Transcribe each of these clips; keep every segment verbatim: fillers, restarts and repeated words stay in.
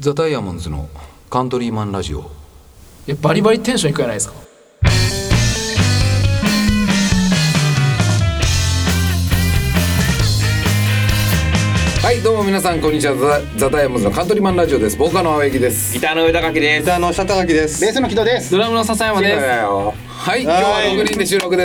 ザ・ダイヤモンドズのカントリーマンラジオ。 いやバリバリテンションいくじゃないですか。 はい、どうも皆さんこんにちは。ザ・ダイヤモンドズのカントリーマンラジオです。ボーカルの青柳です。 ギターの上高木です。 ギターの下高木です。 ベースの木戸です。 ドラムの笹山です。 はい、今日はろくにんで収録です。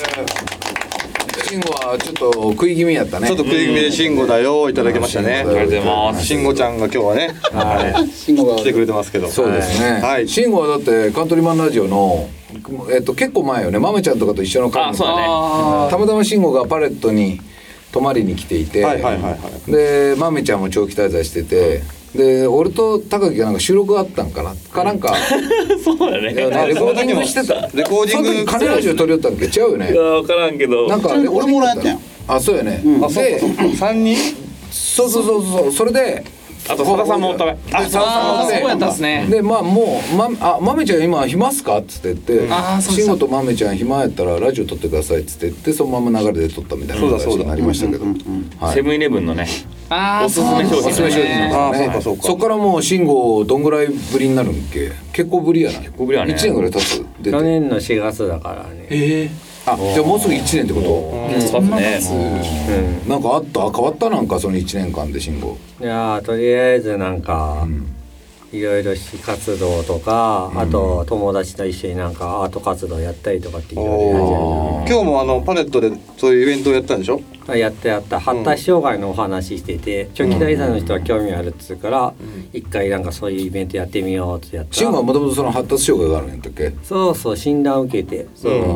慎吾はちょっと食い気味やったね。 ちょっと食い気味で慎吾だよいただきましたね。 ありがとうございます。慎吾ちゃんが今日はね、はい、慎吾が来てくれてますけど。 そうですね。はい。慎吾はだってカントリーマンラジオのえっと結構前よね。マメちゃんとかと一緒の会。 あ、そうだね。 たまたま慎吾がパレットに泊まりに来ていて、 はいはいはいはい、 でマメちゃんも長期滞在してて、で俺と高木がなんか収録があったんかなかなんかそうだね。 レコーディングしてた。 レコーディングその時カネラジオ撮りよったんけ違うよね。 分からんけどなんか俺もらったやん。 あ、そうやね、 うん、 あ、そうかそうかさんにんそうそうそうそう。それであと佐田さんもおったべ。 あ、佐田さんもそうやったっすね。 でまあもうまあまめちゃん今暇っすかっつって言って、慎吾とまめちゃん暇やったらラジオ撮ってくださいっつって言ってそのまま流れで撮ったみたいな形になりましたけど、 セブンイレブンのね。 あおすすめ商品。 おすすめ商品なんですね。 あ、そうかそうか。 そっからもう慎吾どんぐらいぶりになるんけ。結構ぶりやな。結構ぶりやね。 いちねんぐらい経つ。出て去年のしがつだからね。 ええ。 あ、じゃあもうすぐいちねんってこと。 そうですね。 なんかあった変わったなんかそのいちねんかんで慎吾。 いやとりあえずなんか、うん、いろいろ私活動とか、うん、あと友達と一緒になんかアート活動やったりとかっていうような。 今日もあのパレットでそういうイベントをやったんでしょ。 やったやった発達障害のお話してて、うん、長期滞在の人は興味あるっつうから、うん、一回なんかそういうイベントやってみようってやった。 慎吾はもともとその発達障害があるんやったっけ。 そうそう診断を受けて、そう、うん、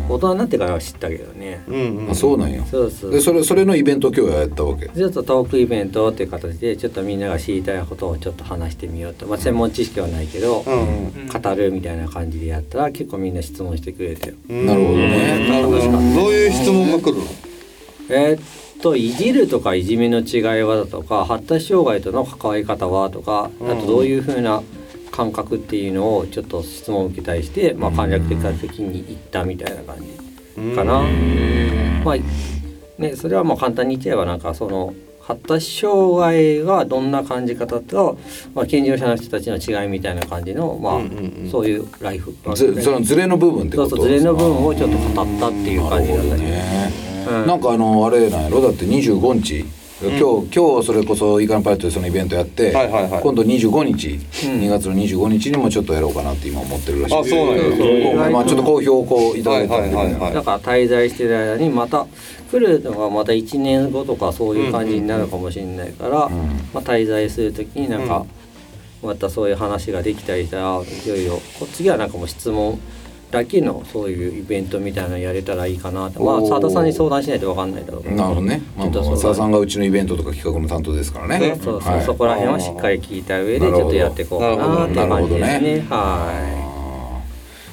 大人になってからは知ったけどね、 うんうん、あ、そうなんや。 そうそう。 でそれそれのイベントを今日やったわけ。 ちょっとトークイベントっていう形でちょっとみんなが知りたいことをちょっと話してみようと、まあ、専門知識はないけど、うんうん、語るみたいな感じでやったら結構みんな質問してくれて、 うん、なるほどね。 楽しかった。 どういう質問が来るの？ えー、っといじるとかいじめの違いはだとか発達障害との関わり方はとか、あとどういうふうな感覚っていうのをちょっと質問を受けたりして、まあ、簡略的に言ったみたいな感じかな。まあね、それはまあ簡単に言っちゃえばなんかその発達障害がどんな感じ方と、まあ、健常者の人たちの違いみたいな感じの、まあうんうんうん、そういうライフずそのズレの部分ってこと。 そうそうズレの部分をちょっと語ったっていう感じだったね。 うん、なんかあのあれなんやろだってにじゅうごにち、うん、今日今日それこそイカのパレットでそのイベントやって、はいはいはい、今度にじゅうごにち、うん、にがつのにじゅうごにちにもちょっとやろうかなって今思ってるらしい。 あ、そうなんや。 まあちょっと好評をこういただいたんで、はいはいはいはい、 だから滞在してる間にまた来るのがまたいちねんごとかそういう感じになるかもしれないから、うんうん、まあ、滞在するときになんかまたそういう話ができたりしたらいよいよ次はなんかもう質問だけのそういうイベントみたいなのやれたらいいかなって。まあ佐田さんに相談しないと分かんないだろうけど。 なるほどね。まあ、佐田さんがうちのイベントとか企画の担当ですからね。 ね、そうそう、はい、そこら辺はしっかり聞いた上でちょっとやっていこうかなって感じですね。ね、はい。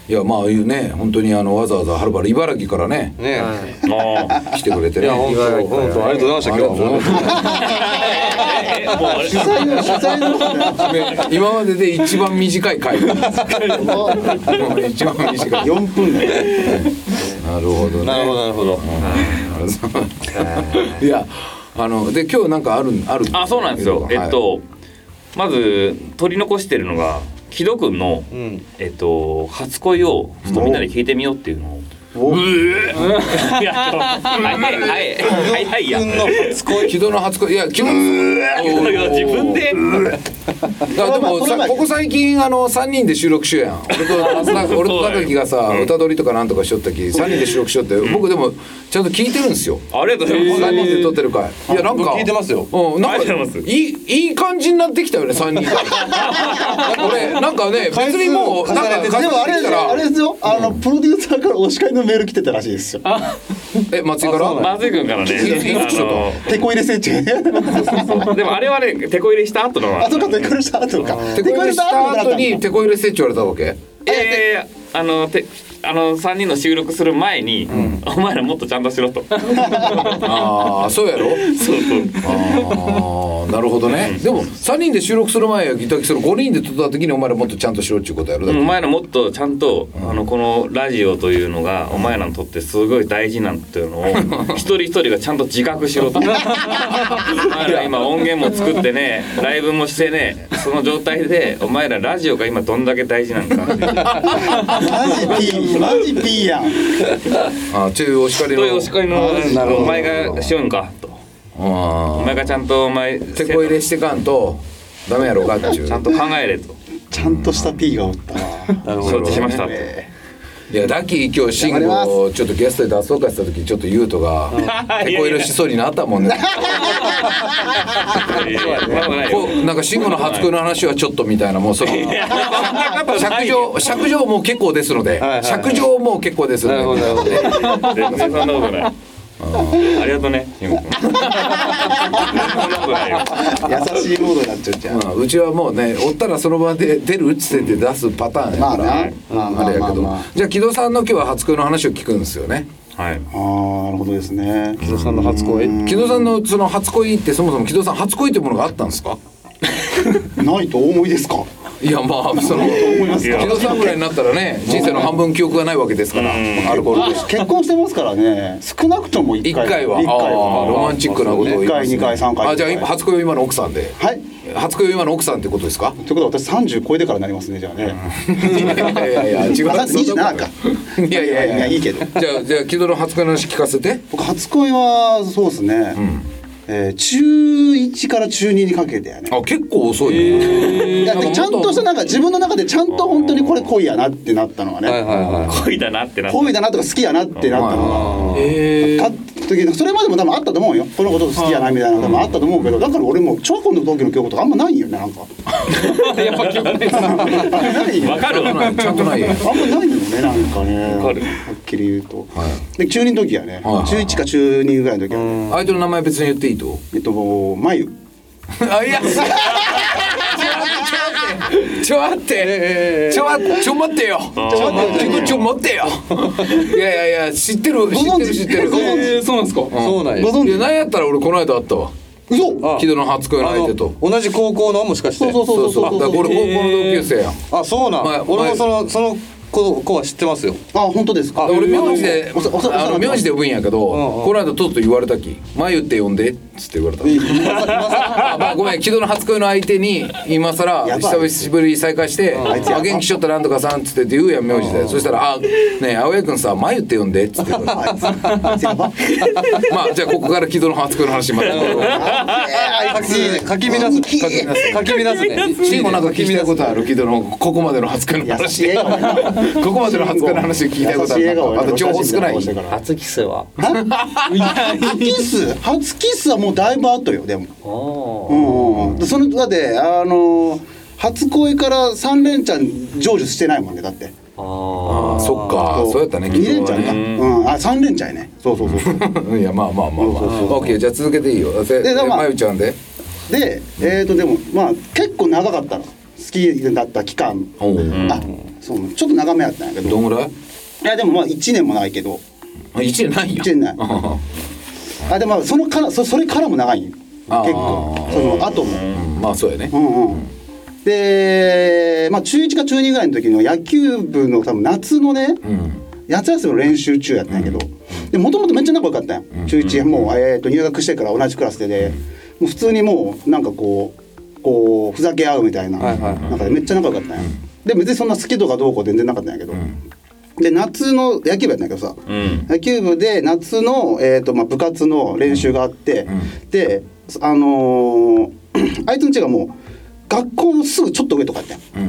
いやまあいうね本当にあのわざわざはるばる茨城からね、ね、はい、来てくれてね。いや本当本当ありがとうございました今日は。 取材の取材の今までで一番短い回。一番短い。 よんぷん。 なるほどね。 なるほどなるほど。 いやあので今日なんかあるある。 あ、そうなんですよ。はい、えっとまず取り残してるのが木戸くんの、うん、えっと初恋をちょっとみんなで聞いてみようっていうのを。うーいやはいはいはいはいはいや木戸の初恋いや木戸自分ででもさここ最近あのさんにんで収録しようやん。俺と俺と高木がさ歌取りとかなんとかしよったきさんにんで収録しよって僕でもちゃんと聞いてるんですよ。 ありがとうございます。 さんにんで撮ってる回。いやなんか聞いてますよ。 うん、なんかいいいい感じになってきたよねさんにんで。俺なんかね別にもうなんかでもあれあれですよ、あのプロデューサーからお叱りのメール来てたらしいですよ。 え、松井から？ 松井君からね。 テこ入れ設置ね。 でもあれはねテこ入れした後の。 あ、そうかテこ入れした後か。 テこ入れした後にテこ入れ設置言われたわけ？ ええあのてあのさんにんの収録する前に、うん、お前らもっとちゃんとしろとああそうやろそうそうああなるほどね、うん、でもさんにんで収録する前やギターキスのごにんで撮った時にお前らもっとちゃんとしろっていうことやろだお前らもっとちゃんと、うん、あのこのラジオというのがお前らにとってすごい大事なんていうのを一人一人がちゃんと自覚しろとお前ら今音源も作ってねライブもしてねその状態でお前らラジオが今どんだけ大事なのかマジピーマジピーやんあちゅうお叱りのというお叱りのお前がしようんかとお前がちゃんとお前手こ入れしてかんとダメやろうかっていうちゃんと考えれとちゃんとした P がおったな承知しましたといやダッキー今日シングをちょっとゲストで出そうかした時ちょっとユウトが手こ入れしそうになったもんねこうなんかシングの初恋の話はちょっとみたいなもうその尺上尺上もう結構ですので尺上もう結構ですので全然そんなことないありがとうねシング君優しいモードになっちゃうじゃん、 まあ、うちはもうねおったらその場で出るっつって出すパターンやから、ねまあまあ、あれやけど、まあまあ、じゃあ木戸さんの今日は初恋の話を聞くんですよねはい、 ああなるほどですね木戸さんの初恋木戸さんのその初恋ってそもそも木戸さん初恋っていうものがあったんですかないとお思いですかいやまあその木戸さんぐらいになったらね人生の半分記憶がないわけですからアルコールで結婚してますからね少なくともいっかいいっかいは、いっかいはロマンチックなことを言いますねいっかいにかいさんかいあじゃあ今初恋は今の奥さんではい初恋は今の奥さんってことですかということは私さんじゅう超えてからなりますねじゃあねいやいやいや違うにじゅうななかいやいやいやいいけどじゃあじゃあ木戸の初恋の話聞かせて僕初恋はそうですね、うんえー、中いちから中ににかけてやねあ結構遅いねいやちゃんとしたなんか自分の中でちゃんと本当にこれ恋やなってなったのがね、はいはいはい、恋だなってなった恋だなとか好きやなってなったのがへーそれまでも多分あったと思うよこのこと好きやなみたいなのもあったと思うけどだから俺も小学校の時の記憶とかあんまないよねなんかやっぱ記憶ないですわかるちゃんとないよあんまないよねなんかねはっきり言うと、はい、で中にの時やね、はい、中いちか中にぐらいの時は相手の名前別に言っていいとえっとまゆあいやちょ待ってちょ待ってちょ待ってよちょ待ってちょ待ってよいやいやいや知ってる知ってる知ってるえー、そうなんですか、うん、 そうなんやいや何やったら俺この間会ったわ嘘木戸の初恋の相手と同じ高校のもしかしてそうそうそうそうだから俺高校の同級生やんあそうなん、まあ、俺もそのその子, 子は知ってますよあ本当ですか俺名字であの名字で呼ぶんやけど、うんうん、この間とっと言われたきまゆって呼んでっつって言われたあ、まあ、ごめん木戸の初恋の相手に今さら久しぶりに再会してあ元気しょったらなんとかさんっつってって言うやん名字でそしたらあねえ青柳君さまゆって呼んでっつって言われたまあじゃあここから木戸の初恋の話また書き乱す書き乱すねシンもなんか聞きたいことある木戸のここまでの初恋の話ここまでの初恋の話を聞いたことあるあと情報少ない初キスは初キス初キスはもうだいぶ後よでもうん、そのだってあの初恋からさん連チャン成就してないもんねだってああそっかそうやったねに連チャンかうんあさん連チャンやねそうそうそういやまあまあまあまあオッケーじゃあ続けていいよでまゆちゃんででえっとでもまあ結構長かったの好きだった期間あそうちょっと長めやったんやけどどんぐらいいやでもまあいちねんもないけどいちねんないんやいちねんないあでもそのからそそれからも長いん結構その後も、 うん、まあそうやね、 うんうん、でまあ中いちか中にぐらいの時の野球部の多分夏のね、うん、夏休みの練習中やったんやけどもともとめっちゃ仲良かったんや、うん、中いちもう、えー、と入学してから同じクラスでで、うん、もう普通にもうなんかこうこうふざけ合うみたいな、はいはいはい、なんかめっちゃ仲良かったんや、うん、で別にそんな好きとかどうこう全然なかったんやけど、うんで夏の野球部やったんやけどさ、うん、野球部で夏の、えーとまあ、部活の練習があって、うん、であのー、あいつの家がもう学校のすぐちょっと上とかやったんや、うん、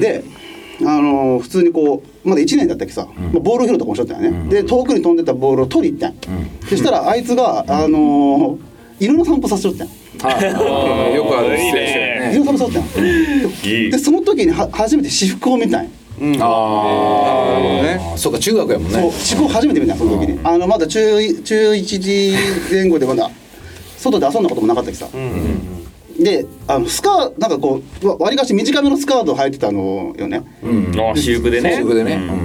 で、あのー、普通にこうまだいちねんだったっけさ、うんまあ、ボールを拾うとかもしょったんやね、うん、で遠くに飛んでたボールを取りに行ったんや、うん、そしたらあいつが、あのー、犬の散歩させちゃったんやあよくあるいいね犬の散歩させたんやでその時には初めて私服を見たんやうん、ああ、ね、そうか中学やもんね。 そう私服初めて見たその時に、うん、あのまだ中中一時前後でまだ外で遊んだこともなかったきさ、うんうん、であのスカなんかこうわりかし短めのスカートを履いてたのよね。 うん、あ私服でね。 私服でね。うん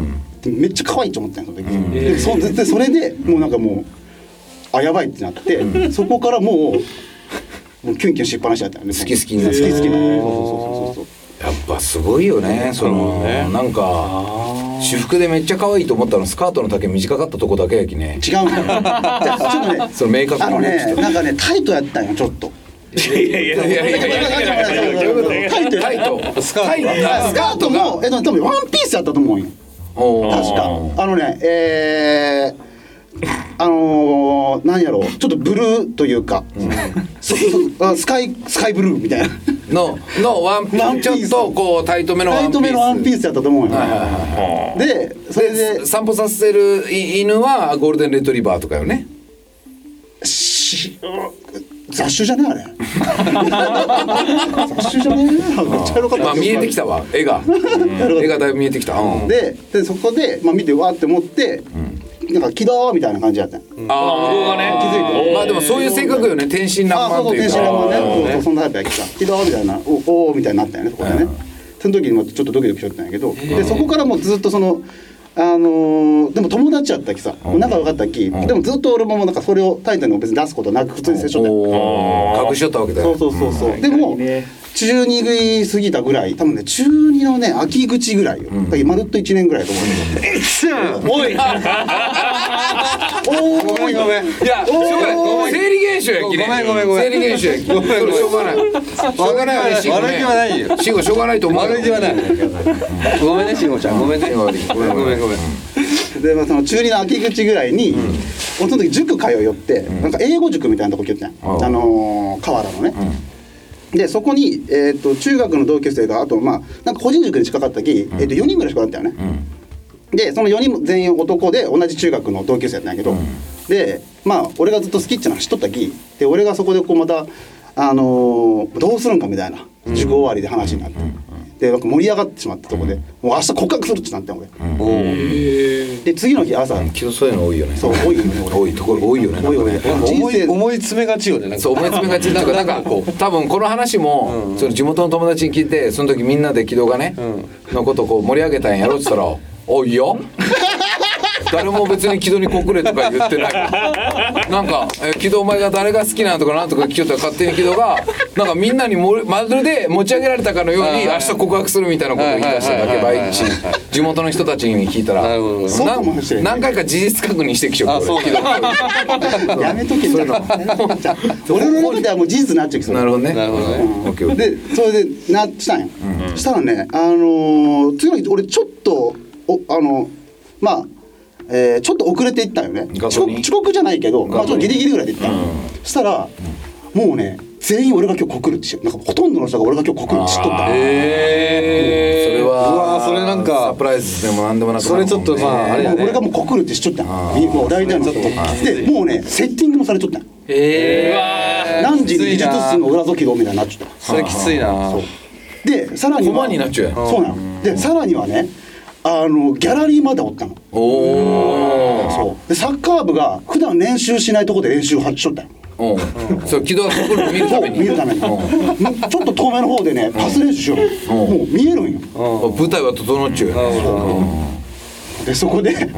でめっちゃ可愛いと思ったんその時、うん、でそでそれでもうなんかもうあやばいってなって、うん、そこからもうもうキュンキュンしっぱなしだったよね。 好き好きになって好き好きなね。そうそうそうそう。 やっぱすごいよね。そのね、なんか私服でめっちゃ可愛いと思ったのスカートの丈短かったとこだけやきね。 違うんだよ。ちょっとね、 その明確なあのね、なんかねタイトやったんよちょっと。 いやいやいやいやいやいやタイトタイトスカートスカートもえっと多分ワンピースやったと思うんよ。確かあのねえー。あのー、何やろうちょっとブルーというか、うん、そそスカイスカイブルーみたいなののワンピースちょっとこうタイトめのワンピースタイトめのワンピースやったと思うよ、はいはいはい、でそれで散歩させる犬はゴールデンレトリバーとかよね。 し雑種じゃねあれ雑種じゃねまあ見えてきたわ絵が絵がだいぶ見えてきた、うん、 で, でそこで、まあ、見てわーって思って、うんなんか起動みたいな感じだった、 うん、ああ向こうがね気づいてまあでもそういう性格よね天真爛漫というか天真爛漫ねそうそんなタイプやきた起動みたいなおおみたいになったよねそこでね、うん、その時にもちょっとドキドキしとったんやけどでそこからもうずっとそのあのー、でも友達やったきさ、うん、仲良かったき、うん、でもずっと俺もなんかそれをタイトルに別に出すことなく普通に接しとったよ隠しとったわけだよそうそうそうそう、うん、でも中に過ぎたぐらい多分ね中にのね秋口ぐらいよ、うん、まるっといちねんぐらいと思うんだけどおいおごめんごめんいやしょうがない生理現象やきねごめんごめんごめん生理現象やきごめんごめんしょうがないしょうがないよねしんごね悪気はないよしんごしょうがないと思う悪気はないごめんねしんごちゃんごめんねごめんごめんごめんで、まあ、その中にの秋口ぐらいに、うん、俺その時塾通いよって、うん、なんか英語塾みたいなとこ行ってたん、うん、あのー、河原のね、うん、でそこに、えー、と中学の同級生があとまあなんか個人塾に近かったき、うんえー、とよにんぐらいしかなったよね、うん、でそのよにんも全員男で同じ中学の同級生やったんやけど、うん、でまあ俺がずっと好きってのは知っとったきで俺がそこでこうまたあのー、どうするんかみたいな塾終わりで話になって、うんでなんか盛り上がってしまったとこで、うん、もう明日告白するってなってん俺、うん、で次の日朝、 うん、そういうの多いよねそう多いよね多いところ多いよね多いよね思い思い詰めがちよねなんかそう思い詰めがちっていうかなんかこう多分この話も、うん、その地元の友達に聞いてその時みんなで木戸がね、うん、のことをこう盛り上げたんやろって言ったらおいよ誰も別に木戸に告れとか言ってないなんか「木戸お前が誰が好きなの?」とかなんとか聞きよったら勝手に木戸がなんかみんなにもまるで持ち上げられたかのように明日告白するみたいなことを言い出しただけ毎日地元の人たちに聞いたら何回か事実確認してきちゃうやめとけ俺の中ではもう事実になっちゃうきそうなるほどねなるほどねでそれでなしたんよ、うん、したらねあのー、次の日俺ちょっとおあのまあえー、ちょっと遅れていったんよね遅刻、遅刻じゃないけど、まあ、ちょっとギリギリぐらいで行ったの、うん、そしたら、うん、もうね全員俺が今日告るって知るなんかほとんどの人が俺が今日告るって知っとったへえー、それはうわそれなんかサプライズでもなんでもなくそれちょっとまああれやね俺がもう告るって知っとったんもう大体の人でもうねセッティングもされとったんへえー何時に技術室の裏ぞきどみたいになっちゃったそれきついなそうでさらには駒になっちゃうそうなのでさらにはねあのギャラリーまでおったのおそうでサッカー部が普段練習しないとこで練習しとったよおそう軌道が来るの見るために見るためにちょっと遠目の方でねパス練習しようもう見えるんよ舞台は整っちゅうでそこで、うん、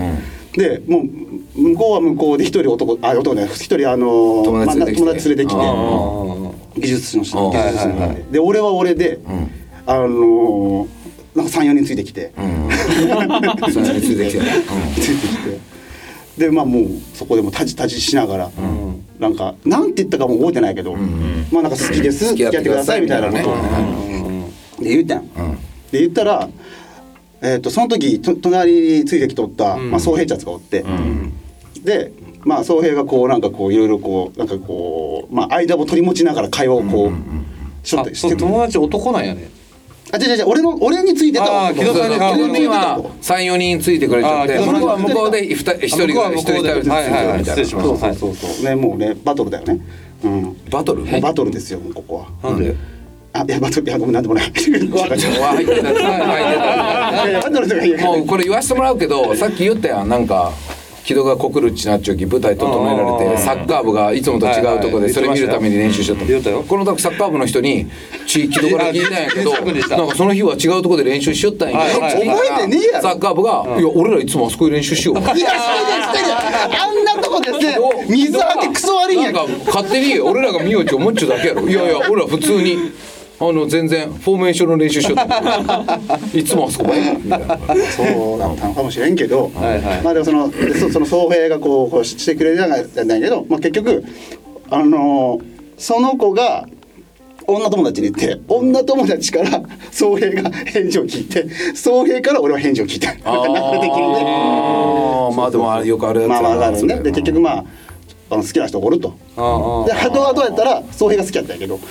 でもう向こうは向こうで一人男あ男ね一人あの友達連れてきて、 まあ、友達連れてきて技術士の人技術士の人でで俺は俺で、うん、あのーなんかさんよにんついてきて、うん、さんよにんついてきて、うん、ついてきてでまあもうそこでもタジタジしながら、うん、なんかなんて言ったかも覚えてないけど、うん、まあなんか好きです付き合ってくださいみたいなことを、ねうん、で言ったん、うん、で言ったら、えー、とその時と隣についてきとった、まあ、総平茶がおって、うん、でまあ総平がこうなんかこういろいろこうなんかこうまあ間を取り持ちながら会話をこう、うん、しとってして友達男なんやねあ、違う違う俺の俺についてた木戸さんにはさんよにんついてくれちゃって向こうは向こうでひとりが一人一人ついてくれみたいなそうそうそうそうねもうねバトルだよね、うん、 バトルもうバトルですよここはなんであいやバトルいやごめんなんでもない入ってたもうこれ言わせてもらうけどさっき言ったやんなんか木戸が告るっちなっちょき舞台整えられてサッカー部がいつもと違うところでそれ見るために練習しちゃった言ったよこの時サッカー部の人にち木戸から聞いたんやけどなんかその日は違うところで練習しよったんやけど覚えてねえやろサッカー部が「いや俺らいつもあそこで練習しよう」 いやしてるしてるあんなとこですね水はけクソ悪いんやなんか勝手に俺らが見ようって思っちゃうだけやろいやいや俺ら普通にあの全然フォーメーションの練習しよったいつもあそこばいみたいなそうだったのかもしれんけど、 はいはいまあでもそのそその総平がこうこうしてくれるじゃないんだけど、まあ、結局あのーその子が女友達に言って女友達から総平が返事を聞いて総平から俺は返事を聞いたなんか流れ的にねあーまあでもよくあるやつまあやなまああるねで結局まああの好きな人がおるとでハトはどうやったら総平が好きやったんやけど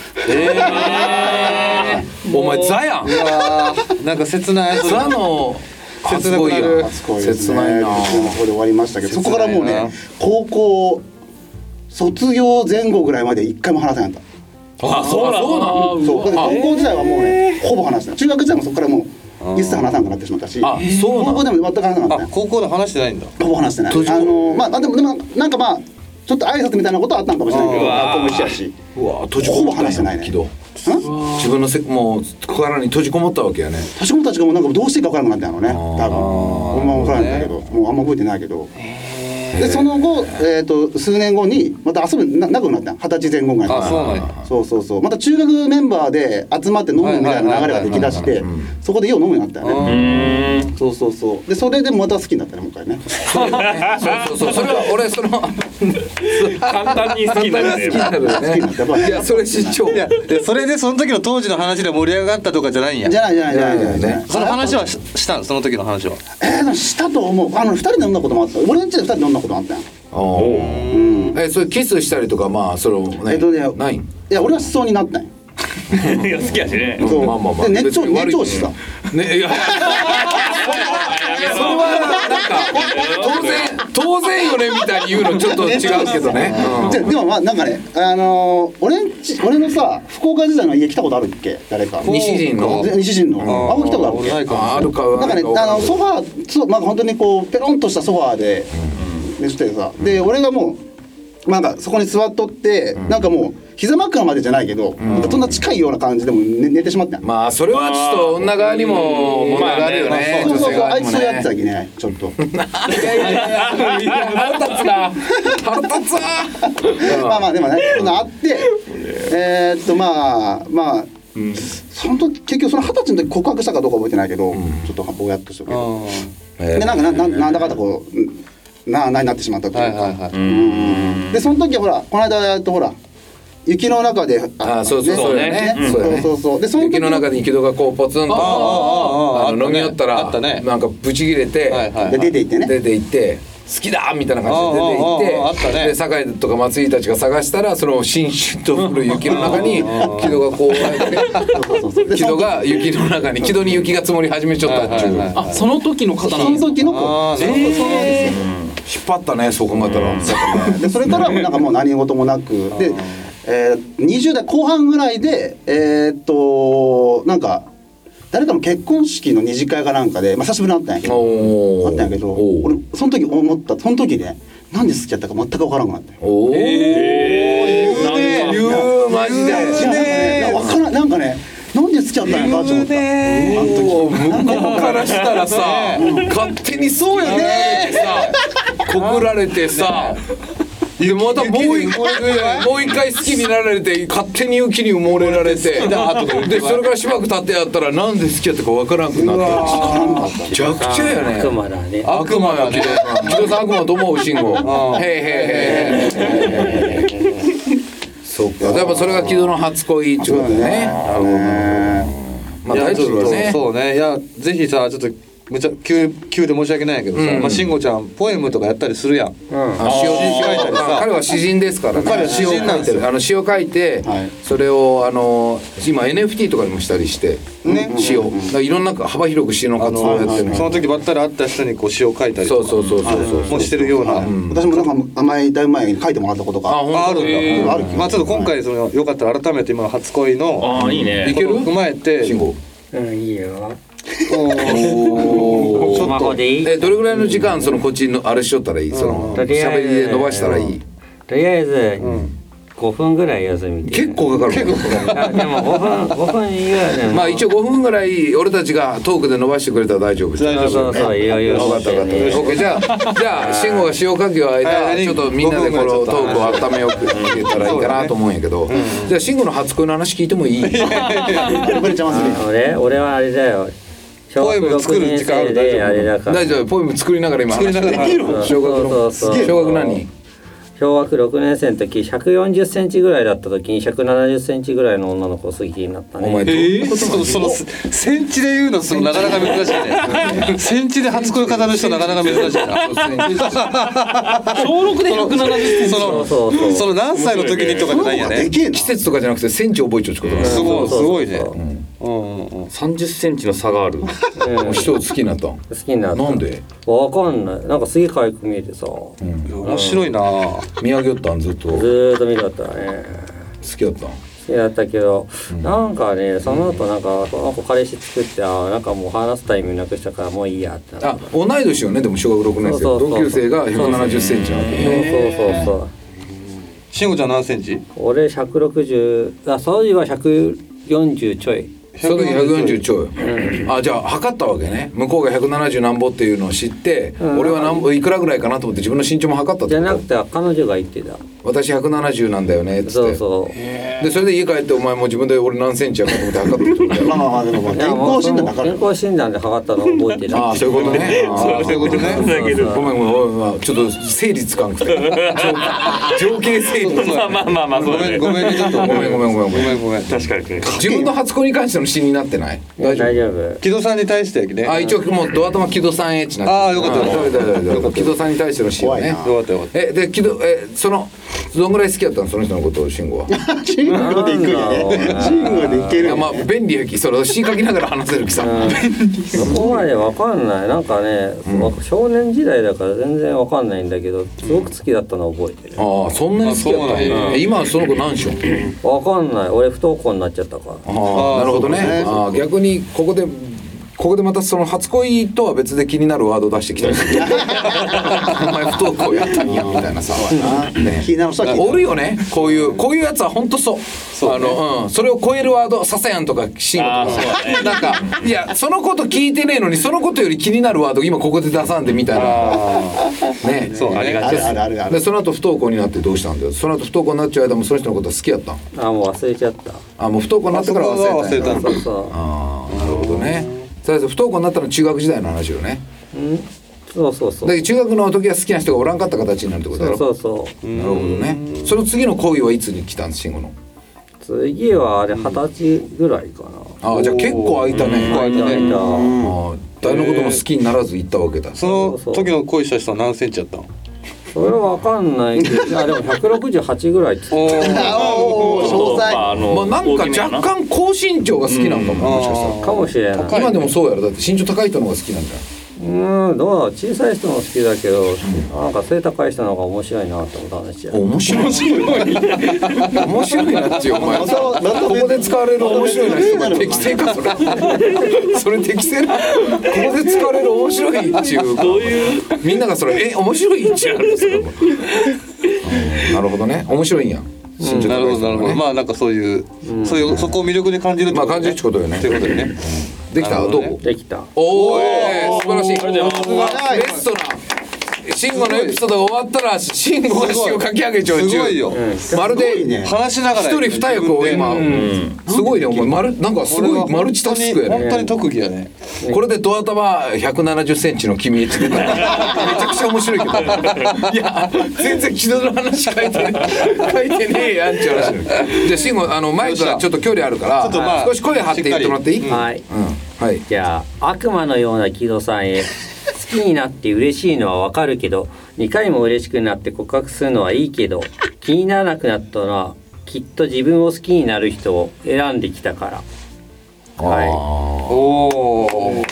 お前ザやんうわーなんか切ないそれザの切なくなる初恋ですね切ないなそこで終わりましたけどそこからもう切ないなね高校卒業前後ぐらいまで一回も話せなかったあそうなのそうだって高校時代はもうねほぼ話してない中学時代もそこからもう一切話さなくなってしまったしあそうなの高校でも全く話さなかったねあ高校で話してないんだほぼ話してないあのまあでもでもなんかまあちょっと挨拶みたいなことはあったんかもしれないけど学校も一緒やしうわ閉じこほぼもったんや話してないね木戸ん自分のせもう体に閉じこもったわけやね確かもたちがもうなんかどうしていいか分からなくなったんやろうね多分俺も分からないんだけどもうあんま覚えてないけどでその後、えー、と数年後にまた遊びな仲良くなったん二十歳前後ぐらいあそうなんやそうそうそうまた中学メンバーで集まって飲むみたいな流れができだしてそこでよう飲むようになったよねそうそうそうでそれでまた好きになったねもう一回ねそうそうそうそれは俺その簡単に好きになるね好きになるよね好きになったやっぱりいやそれ知っちゃういやでそれでその時の当時の話で盛り上がったとかじゃないんやじゃないじゃないじゃないじゃないじゃないその話はししたのその時の話はえー、でもしたと思うあの二人で飲んだこともあった俺ん家で二人で飲んだこともあったんやおーえそれキスしたりとかまあそれをねえっとねないいや俺はしそうになったんやいや好きやしねそうまあまあまあで熱調別に悪い熱調しさねいやそれはなんか当然当然よねみたいに言うのちょっと違うけどねじゃでもまあなんかねあのー、俺んち俺のさ福岡時代の家来たことあるっけ誰か西陣ので西陣のあこ来たことあるっけないかもあるかなんかねあのソファーそうまあ本当にこうペロンとしたソファーで寝ててさで俺がもうなんかそこに座っとってなんかもう膝枕までじゃないけどなんかそんな近いような感じでも寝寝てしまったんやまあそれはちょっと女側にも問題があるよねそうそうそうあいつ女性側にもそうやってたねきねちょっといやいやいや腹立つな腹立つわまあまあでもねそういうのあってえーっとまあまあその時結局その二十歳の時告白したかどうか覚えてないけどちょっとぼやっとしてるけどでなんかなななんだかんだこうなあなになってしまったというか、 はいはいはいうんでその時はほらこの間やっとほら雪の中でああそうそうそうだねねそうだねそうそうそうでその時雪の中で木戸がこうポツンとあああああの飲み寄ったらあったねなんかブチ切れてはいはいで出て行ってね出て行って好きだみたいな感じで出て行ってあああああったねで酒井とか松井たちが探したらその新春と降る雪の中に木戸がこうやってそうそうそうで木戸が雪の中に木戸に雪が積もり始めちゃったっていうはいはいはいあその時の方そのなんですか時の子ああそうそうそうですよ引っ張ったねそう考えたらでそれからもなんかもう何事もなくで、えー、にじゅう代後半ぐらいでえー、っとなんか誰かの結婚式の二次会かなんかで、まあ、久しぶりに会ったんやけどおーあったんやけどおー俺その時思ったその時ねなんで好きやったか全く分からんくなったよおおえーなんか言うマジでいやなんかね分からんなんかねなんで好きやったんやかって思ったあの時向こうからしたらさ勝手にそうやねってさ告られてさでまたもう一回もう一回好きになられて勝手に雪に埋もれられてでそれからしばく経ってやったらなんで好きやったかわからんくなってめちゃくちゃやね悪魔だね。 悪魔や木戸さん木戸さん悪魔と思う慎吾へいへいへいへいそうかやっぱそれが木戸の初恋ってことだねなるほどまあいやタイトルはちょっねとそうねいやぜひさちょっとめちゃ急急で申し訳ないけどさ、 うんまあ慎吾ちゃんポエムとかやったりするやん、 あ詩を書いたりさ彼は詩人ですからね彼は詩人なんですよ詩を書いてるあの詩を書いて、 はいそれをあの今 エヌエフティー とかにもしたりして、 ね詩をだからいろんな幅広く詩の活動をやってるのその時ばったり会った人にこう詩を書いたりとかそうそうそうそうそうもうしてるような、 私もなんか甘いだいぶ前に書いてもらったことがあほんとああるんだ、 へーあるまあちょっと今回そのよかったら改めて今の初恋のああいいねいける踏まえて慎吾うん、いいよ。 おスマホでいい。 えどれぐらいの時間そのこっちのあれしとったらいい、そのとりあえず喋りで伸ばしたらいい。 とりあえずごふんぐらい様子見て。 結構かかる。結構かかる。 あでもごふんごふん以外でも。 まあ一応ごふんぐらい俺たちがトークで伸ばしてくれたら大丈夫。 そうそうそう、いろいろ。 分かった分かった。オッケー、じゃあじゃあ慎吾が塩かけを間ちょっとみんなでこのトークを温めようって言ったらいいかなと思うんやけど、じゃあ慎吾の初恋の話聞いてもいい？ バレちゃいますね。 俺俺はあれだよ。小学ろくねん生であれだから。 大丈夫。ポエム作りながら今話してる。小学の小学何？ 小学ろくねん生の時ひゃくよんじゅっセンチぐらいだった時にひゃくななじゅっセンチぐらいの女の子を好きになったね。 お前どういうことなの？ そのセンチで言うのそのなかなか珍しいね。センチで初恋を語る人なかなか珍しいな。 小ろくでひゃくななじゅっセンチ。 そのそうそうその何歳の時にとかじゃないんやね。 季節とかじゃなくてセンチ覚えちゃうってことだね。 すごいすごいね。 そうそううんうんうん。 さんじゅっセンチの差がある。 うん人を好きになったん？ 好きになった。 なんで？ わかんない。なんかすげえ可愛く見えてさ、 面白いな。 見上げよったんずっと好ずーっと見とったね。 きだったん？ 好きだったけど、なんかねその後なんかその子彼氏作ってあなんかもう話すタイミングなくしたからもういいやってなった。 あ、同い年よね。でも小学ろくねん生。 そうそうそう同級生がひゃくななじゅっセンチなわけね。 そうそうそうそう。 慎吾ちゃん何センチ？ 俺ひゃくろくじゅう、あその時はひゃくよんじゅうちょい。 その時ひゃくよんじゅうちょい。あ、じゃあ測ったわけね。向こうがひゃくななじゅうなんぼっていうのを知って、 うん俺はなんぼいくらぐらいかなと思って自分の身長も測ったってこと？ じゃなくて彼女が言ってた。 私ひゃくななじゅうなんだよねっつって。 そうそう。 でそれで家帰ってお前も自分で俺何センチやかと思って測ったってことだよ。 まあまあまあでもまあ健康診断だから。 健康診断で測ったの覚えてる。 ああそういうことね。あーそういうことね。 ごめんごめんごめんごめん、ちょっと整理つかんくて。情情景整理。 まあまあまあまあそうね。 ごめんごめんねちょっとごめんごめんごめんごめんごめんごめん。 確かにね。 自分の初恋に関しての詩になってない？大丈夫？ 大丈夫。 木戸さんに対してやきね。 あ、一応もうドア玉木戸さんへっちなってる。 あーよかったよかった大丈夫大丈夫大丈夫木戸さんに対しての詩をね。 よかったよかった。 えで木戸えそのどんぐらい好きだったのその人のことを慎吾は？ 慎吾でいくんやね。慎吾でいけるよね。 いやまあ便利やきそれ詩書きながら話せるきさ。 そこまでわかんない。なんかね、少年時代だから全然わかんないんだけど、すごく好きだったのを覚えてる。 ああそんなに好きだったあそうなんの？え今その子何しよう？ わかんない。俺不登校になっちゃったから。 ああなるほどね。ああ逆にここでここでまたその初恋とは別で気になるワード出してきたりする。お前不登校やったんやみたいなさ。ね気になる人は気になるおるよねこういうこういうやつは本当そう。あのうんそれを超えるワードささやんとか慎吾とかさなんかいやそのこと聞いてねえのにそのことより気になるワード今ここで出さんでみたいなね。 そうね。 あるあるあるある。 でその後不登校になってどうしたんだよ。その後不登校になっちゃう間もその人のことは好きやったん？ あ、もう忘れちゃった。 あもう不登校になってから忘れたんや。 忘れたんだそうそああなるほどね。それで不登校になったのは中学時代の話よね。 う。うん。そうそうそう。 で中学の時は好きな人がおらんかった形になるってことだろ。 そうそうそう。 なるほどね。その次の恋はいつに来たんです慎吾の？ 次はあれ二十歳ぐらいかな。 ああじゃあ結構空いたね。 空いた空いた。 ああ誰のことも好きにならず行ったわけだ。 その時の恋した人は何センチやったの？ それはわかんないけど、あでもひゃくろくじゅうはちぐらいって言っておー詳細。 あのまあなんか若干高身長が好きなんかももしかしたら。 たかもしれない。 今でもそうやろ。だって身長高い人の方が好きなんじゃん。 うーん、どうだろう、小さい人も好きだけど、なんか背高い人の方が面白いなって思った話や。 面白い面白いなってよお前またまたここで使われる面白いな人が適正かそれそれ適正なここで使われる面白いっていうどういうみんながそれえ面白いってやるんですよなるほどね面白いんや身長なるほどなる高い人がねほど。まあなんかそういうそういうそこを魅力に感じるってことね。 まあ感じるってことよねということでね。 できたどなるほどねうできた。 おお素晴らしいありがとうございますベストな慎吾のエピソードが終わったら慎吾が詩を書き上げちゃうすごいよ。 まるでね。 話しながら一人二役を今すごいねお前マルなんかすごいマルチタスクやね本当に特技やね。 これでドア玉ひゃくななじゅっセンチの君へって出たらめちゃくちゃ面白いけどいや全然木戸の話書いてね書いてねえやんっていう話じゃあ慎吾あのマイクからちょっと距離あるからちょっとまあ少し声張って言ってもらっていい？ はい。 うんはいじゃあ悪魔のような木戸さんへ。好きになって嬉しいのはわかるけど、にかいも嬉しくなって告白するのはいいけど、気にならなくなったのはきっと自分を好きになる人を選んできたから。はい。 おお。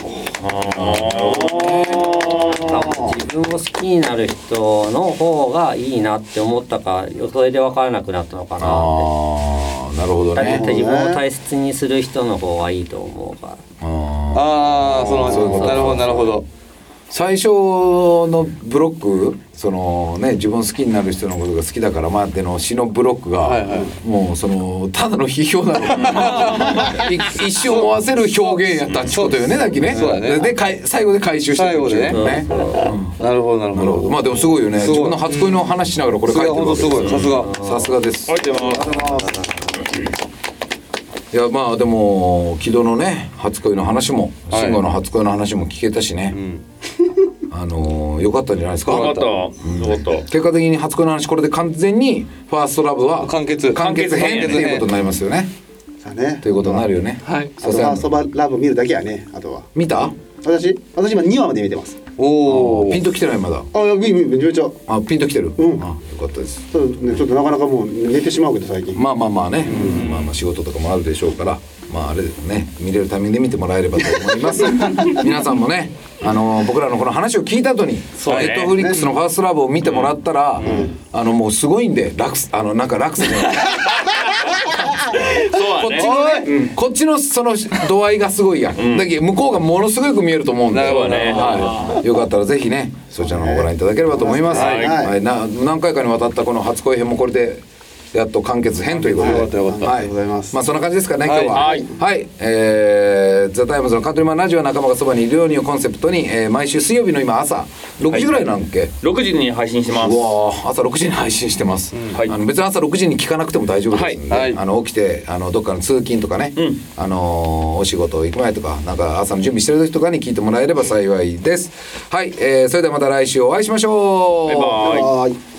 自分を好きになる人の方がいいなって思ったから、それで分からなくなったのかなって。 ああなるほどだってね自分を大切にする人の方がいいと思うから。 あああそのそういうことなるほどなるほど。 最初のブロックそのね自分好きになる人のことが好きだからまあでの詩のブロックが、はいはい、もうそのただの批評なのい一瞬思わせる表現やったってことよねだけね。そうだね。でかい最後で回収してるっていうね。うん、 なるほどなるほど。 まあでもすごいよね。自分の初恋の話しながらこれ書いてるわけですよ。 さすがさすがです。 ありがとうございます。 いやまあでも木戸のね初恋の話も慎吾の初恋の話も聞けたしね、うん、あのー、よかったんじゃないですか。 よかった、うん、よかった。 結果的に初恋の話これで完全にファーストラブは完結完結編っていうことになりますよね。 さあねということになるよね。 はい。あとファーストラブ見るだけやね。あとは見た？ 私私今にわまで見てます。 おお。ピンときてないまだ。 あいやめめめちゃあピンときてる。 うん。 あよかったです。 ただねちょっとなかなかもう寝てしまうけど最近。 まあまあまあね。うん、まあまあ仕事とかもあるでしょうから。まああれですね見れるタイミングで見てもらえればと思います皆さんもねあの僕らのこの話を聞いた後にネットフリックスのファーストラブを見てもらったら、うんうん、あのもうすごいんで楽あのなんか楽さじゃないこっちのね、うん、こっちのその度合いがすごいやん、うん、だけど向こうがものすごく見えると思うんで、ねはい、よかったらぜひねそちらの方ご覧いただければと思います、はいはい、な何回かにわたったこの初恋編もこれでやっと完結編ということで、 よかったよかった、はい、ありがとうございます。 まあそんな感じですかね今日は。 はい、 はい、えー、ザタイムズのカントリーマンラジオは仲間がそばにいるようにをコンセプトに、えー、毎週水曜日の今朝ろくじぐらいなんっけ？ ろくじに配信してます。 うわ朝ろくじに配信してます。うん、はい、あの別に朝ろくじに聞かなくても大丈夫ですんで、はい、あの起きてあのどっかの通勤とかね、うん、あのお仕事行く前とかなんか朝の準備してる時とかに聞いてもらえれば幸いです。はい、えー、それではまた来週お会いしましょう。 バイバイ。バイバイ。